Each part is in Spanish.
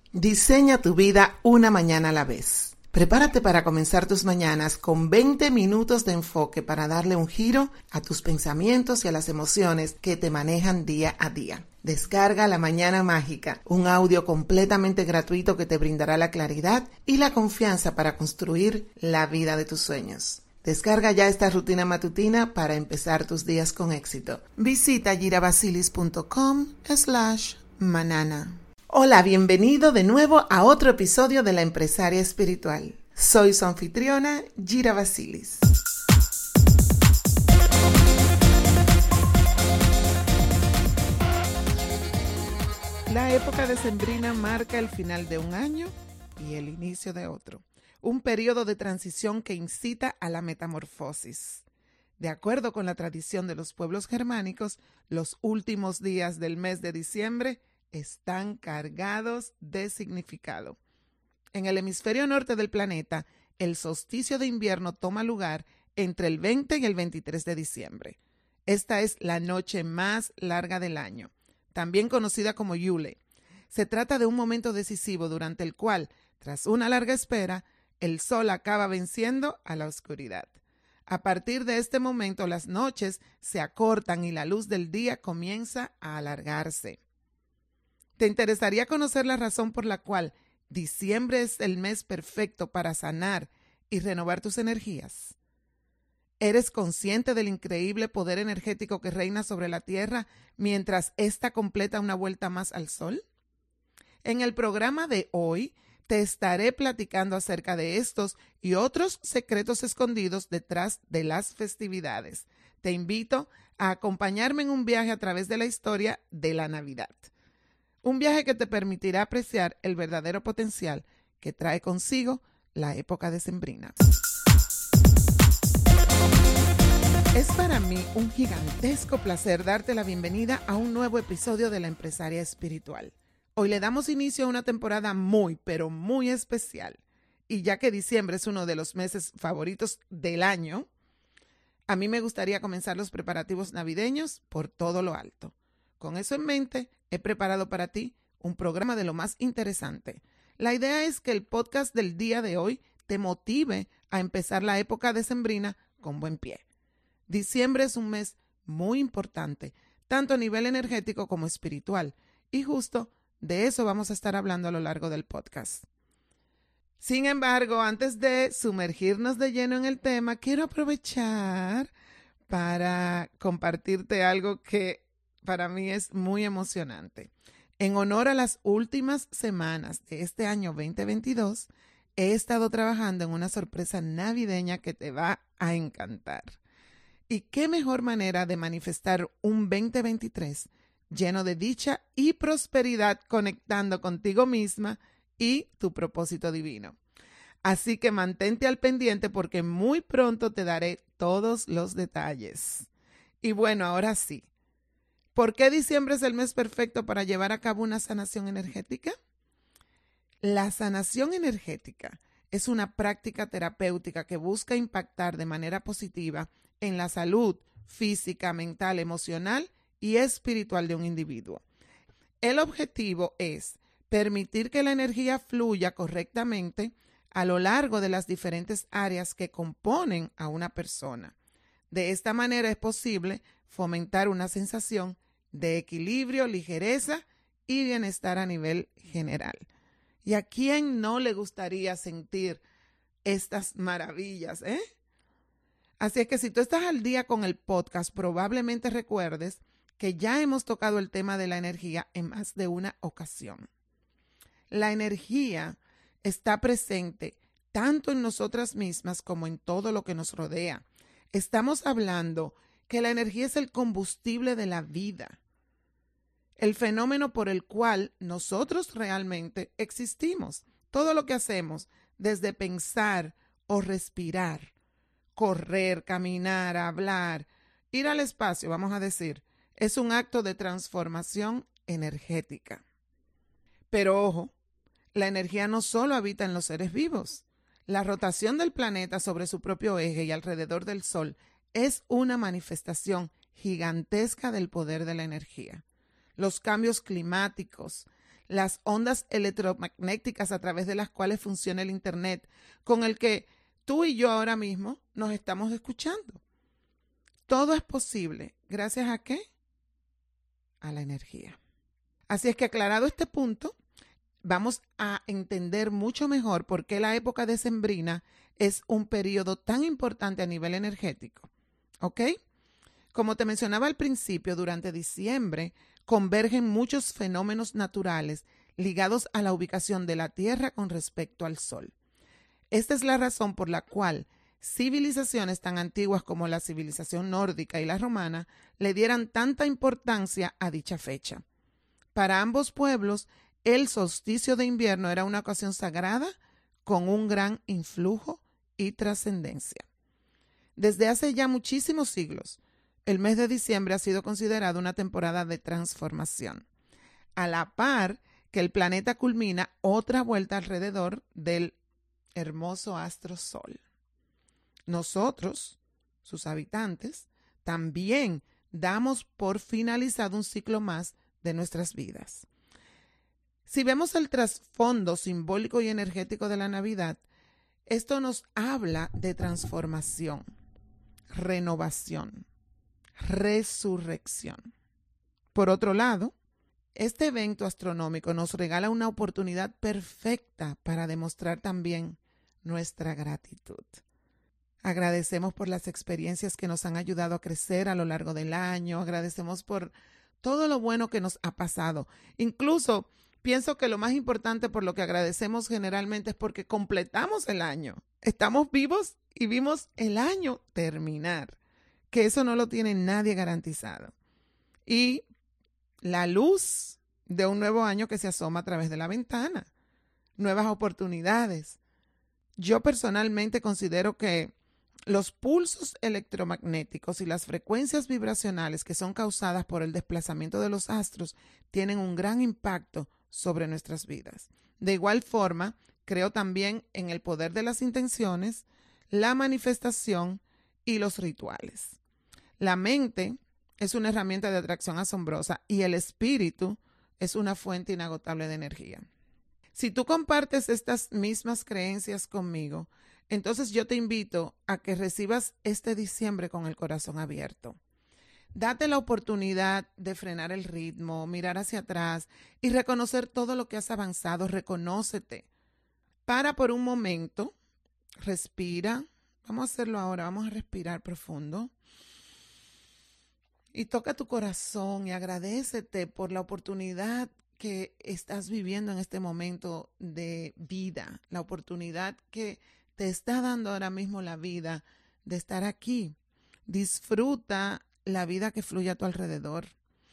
Diseña tu vida una mañana a la vez. Prepárate para comenzar tus mañanas con 20 minutos de enfoque para darle un giro a tus pensamientos y a las emociones que te manejan día a día. Descarga La Mañana Mágica, un audio completamente gratuito que te brindará la claridad y la confianza para construir la vida de tus sueños. Descarga ya esta rutina matutina para empezar tus días con éxito. Visita girabasilis.com/manana. Hola, bienvenido de nuevo a otro episodio de La Empresaria Espiritual. Soy su anfitriona, Gira Basilis. La época decembrina marca el final de un año y el inicio de otro. Un periodo de transición que incita a la metamorfosis. De acuerdo con la tradición de los pueblos germánicos, los últimos días del mes de diciembre están cargados de significado. En el hemisferio norte del planeta, el solsticio de invierno toma lugar entre el 20 y el 23 de diciembre. Esta es la noche más larga del año, también conocida como Yule. Se trata de un momento decisivo durante el cual, tras una larga espera, el sol acaba venciendo a la oscuridad. A partir de este momento, las noches se acortan y la luz del día comienza a alargarse. ¿Te interesaría conocer la razón por la cual diciembre es el mes perfecto para sanar y renovar tus energías? ¿Eres consciente del increíble poder energético que reina sobre la Tierra mientras ésta completa una vuelta más al Sol? En el programa de hoy te estaré platicando acerca de estos y otros secretos escondidos detrás de las festividades. Te invito a acompañarme en un viaje a través de la historia de la Navidad. Un viaje que te permitirá apreciar el verdadero potencial que trae consigo la época decembrina. Es para mí un gigantesco placer darte la bienvenida a un nuevo episodio de La Empresaria Espiritual. Hoy le damos inicio a una temporada muy, pero muy especial. Y ya que diciembre es uno de los meses favoritos del año, a mí me gustaría comenzar los preparativos navideños por todo lo alto. Con eso en mente, he preparado para ti un programa de lo más interesante. La idea es que el podcast del día de hoy te motive a empezar la época decembrina con buen pie. Diciembre es un mes muy importante, tanto a nivel energético como espiritual, y justo de eso vamos a estar hablando a lo largo del podcast. Sin embargo, antes de sumergirnos de lleno en el tema, quiero aprovechar para compartirte algo que para mí es muy emocionante. En honor a las últimas semanas de este año 2022, he estado trabajando en una sorpresa navideña que te va a encantar. ¿Y qué mejor manera de manifestar un 2023 lleno de dicha y prosperidad conectando contigo misma y tu propósito divino? Así que mantente al pendiente porque muy pronto te daré todos los detalles. Y bueno, ahora sí. ¿Por qué diciembre es el mes perfecto para llevar a cabo una sanación energética? La sanación energética es una práctica terapéutica que busca impactar de manera positiva en la salud física, mental, emocional y espiritual de un individuo. El objetivo es permitir que la energía fluya correctamente a lo largo de las diferentes áreas que componen a una persona. De esta manera es posible fomentar una sensación de equilibrio, ligereza y bienestar a nivel general. ¿Y a quién no le gustaría sentir estas maravillas, Así es que si tú estás al día con el podcast, probablemente recuerdes que ya hemos tocado el tema de la energía en más de una ocasión. La energía está presente tanto en nosotras mismas como en todo lo que nos rodea. Estamos hablando que la energía es el combustible de la vida, el fenómeno por el cual nosotros realmente existimos. Todo lo que hacemos, desde pensar o respirar, correr, caminar, hablar, ir al espacio, vamos a decir, es un acto de transformación energética. Pero ojo, la energía no solo habita en los seres vivos. La rotación del planeta sobre su propio eje y alrededor del Sol es una manifestación gigantesca del poder de la energía. Los cambios climáticos, las ondas electromagnéticas a través de las cuales funciona el Internet, con el que tú y yo ahora mismo nos estamos escuchando. Todo es posible. ¿Gracias a qué? A la energía. Así es que aclarado este punto, vamos a entender mucho mejor por qué la época decembrina es un periodo tan importante a nivel energético. ¿Ok? Como te mencionaba al principio, durante diciembre convergen muchos fenómenos naturales ligados a la ubicación de la Tierra con respecto al Sol. Esta es la razón por la cual civilizaciones tan antiguas como la civilización nórdica y la romana le dieran tanta importancia a dicha fecha. Para ambos pueblos, el solsticio de invierno era una ocasión sagrada con un gran influjo y trascendencia. Desde hace ya muchísimos siglos, el mes de diciembre ha sido considerado una temporada de transformación, a la par que el planeta culmina otra vuelta alrededor del hermoso astro Sol. Nosotros, sus habitantes, también damos por finalizado un ciclo más de nuestras vidas. Si vemos el trasfondo simbólico y energético de la Navidad, esto nos habla de transformación, renovación, resurrección. Por otro lado, este evento astronómico nos regala una oportunidad perfecta para demostrar también nuestra gratitud. Agradecemos por las experiencias que nos han ayudado a crecer a lo largo del año, agradecemos por todo lo bueno que nos ha pasado. Incluso pienso que lo más importante por lo que agradecemos generalmente es porque completamos el año. Estamos vivos y vimos el año terminar, que eso no lo tiene nadie garantizado. Y la luz de un nuevo año que se asoma a través de la ventana, nuevas oportunidades. Yo personalmente considero que los pulsos electromagnéticos y las frecuencias vibracionales que son causadas por el desplazamiento de los astros tienen un gran impacto sobre nuestras vidas. De igual forma, creo también en el poder de las intenciones, la manifestación y los rituales. La mente es una herramienta de atracción asombrosa y el espíritu es una fuente inagotable de energía. Si tú compartes estas mismas creencias conmigo, entonces yo te invito a que recibas este diciembre con el corazón abierto. Date la oportunidad de frenar el ritmo, mirar hacia atrás y reconocer todo lo que has avanzado. Reconócete. Para por un momento, respira. Vamos a hacerlo ahora, vamos a respirar profundo. Y toca tu corazón y agradécete por la oportunidad que estás viviendo en este momento de vida, la oportunidad que te está dando ahora mismo la vida de estar aquí. Disfruta la vida que fluye a tu alrededor.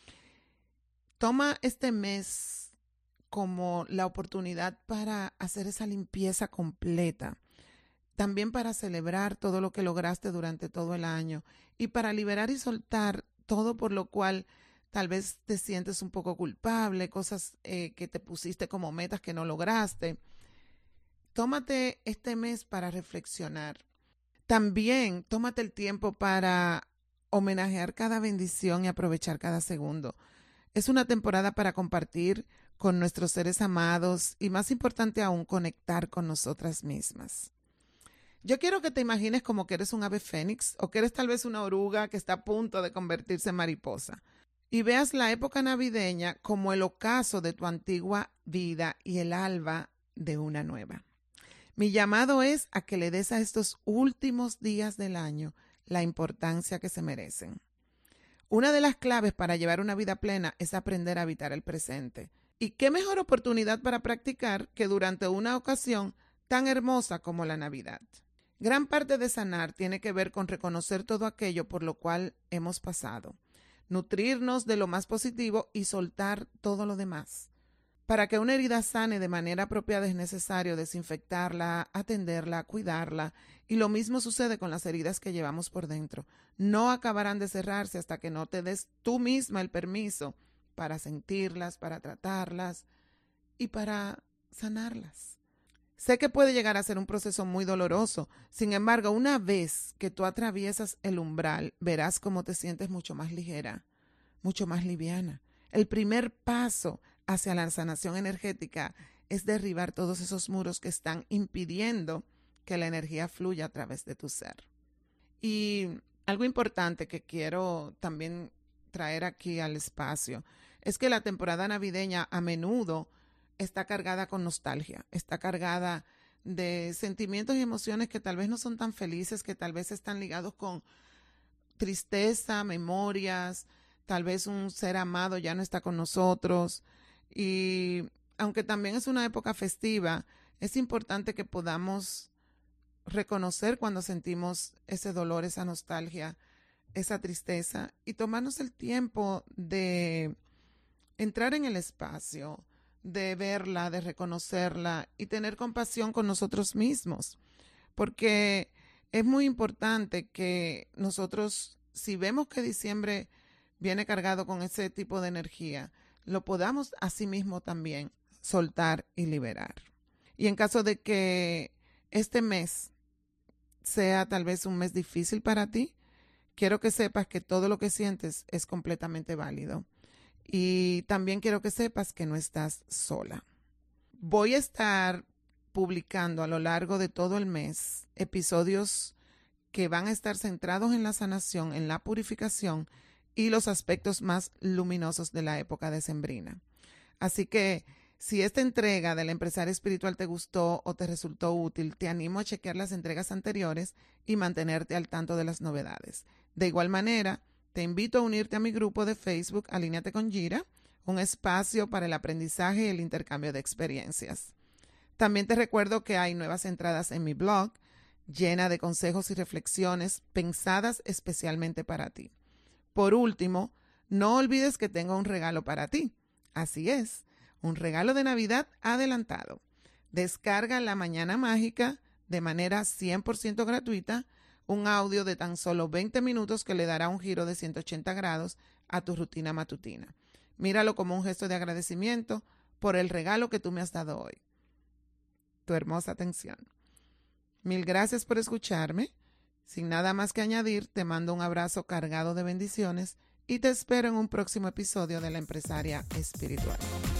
Toma este mes como la oportunidad para hacer esa limpieza completa. También para celebrar todo lo que lograste durante todo el año y para liberar y soltar todo por lo cual tal vez te sientes un poco culpable, cosas que te pusiste como metas que no lograste. Tómate este mes para reflexionar. También tómate el tiempo para homenajear cada bendición y aprovechar cada segundo. Es una temporada para compartir con nuestros seres amados y, más importante aún, conectar con nosotras mismas. Yo quiero que te imagines como que eres un ave fénix o que eres tal vez una oruga que está a punto de convertirse en mariposa y veas la época navideña como el ocaso de tu antigua vida y el alba de una nueva. Mi llamado es a que le des a estos últimos días del año la importancia que se merecen. Una de las claves para llevar una vida plena es aprender a habitar el presente. ¿Y qué mejor oportunidad para practicar que durante una ocasión tan hermosa como la Navidad? Gran parte de sanar tiene que ver con reconocer todo aquello por lo cual hemos pasado, nutrirnos de lo más positivo y soltar todo lo demás. Para que una herida sane de manera apropiada es necesario desinfectarla, atenderla, cuidarla, y lo mismo sucede con las heridas que llevamos por dentro. No acabarán de cerrarse hasta que no te des tú misma el permiso para sentirlas, para tratarlas y para sanarlas. Sé que puede llegar a ser un proceso muy doloroso, sin embargo, una vez que tú atraviesas el umbral, verás cómo te sientes mucho más ligera, mucho más liviana. El primer paso hacia la sanación energética es derribar todos esos muros que están impidiendo que la energía fluya a través de tu ser. Y algo importante que quiero también traer aquí al espacio es que la temporada navideña a menudo está cargada con nostalgia, está cargada de sentimientos y emociones que tal vez no son tan felices, que tal vez están ligados con tristeza, memorias, tal vez un ser amado ya no está con nosotros. Y aunque también es una época festiva, es importante que podamos reconocer cuando sentimos ese dolor, esa nostalgia, esa tristeza, y tomarnos el tiempo de entrar en el espacio, de verla, de reconocerla y tener compasión con nosotros mismos. Porque es muy importante que nosotros, si vemos que diciembre viene cargado con ese tipo de energía, lo podamos asimismo también soltar y liberar. Y en caso de que este mes sea tal vez un mes difícil para ti, quiero que sepas que todo lo que sientes es completamente válido. Y también quiero que sepas que no estás sola. Voy a estar publicando a lo largo de todo el mes episodios que van a estar centrados en la sanación, en la purificación y los aspectos más luminosos de la época decembrina. Así que si esta entrega del empresario espiritual te gustó o te resultó útil, te animo a chequear las entregas anteriores y mantenerte al tanto de las novedades. De igual manera, te invito a unirte a mi grupo de Facebook Alíneate con Gira, un espacio para el aprendizaje y el intercambio de experiencias. También te recuerdo que hay nuevas entradas en mi blog, llena de consejos y reflexiones pensadas especialmente para ti. Por último, no olvides que tengo un regalo para ti. Así es, un regalo de Navidad adelantado. Descarga La Mañana Mágica de manera 100% gratuita, un audio de tan solo 20 minutos que le dará un giro de 180 grados a tu rutina matutina. Míralo como un gesto de agradecimiento por el regalo que tú me has dado hoy. Tu hermosa atención. Mil gracias por escucharme. Sin nada más que añadir, te mando un abrazo cargado de bendiciones y te espero en un próximo episodio de La Empresaria Espiritual.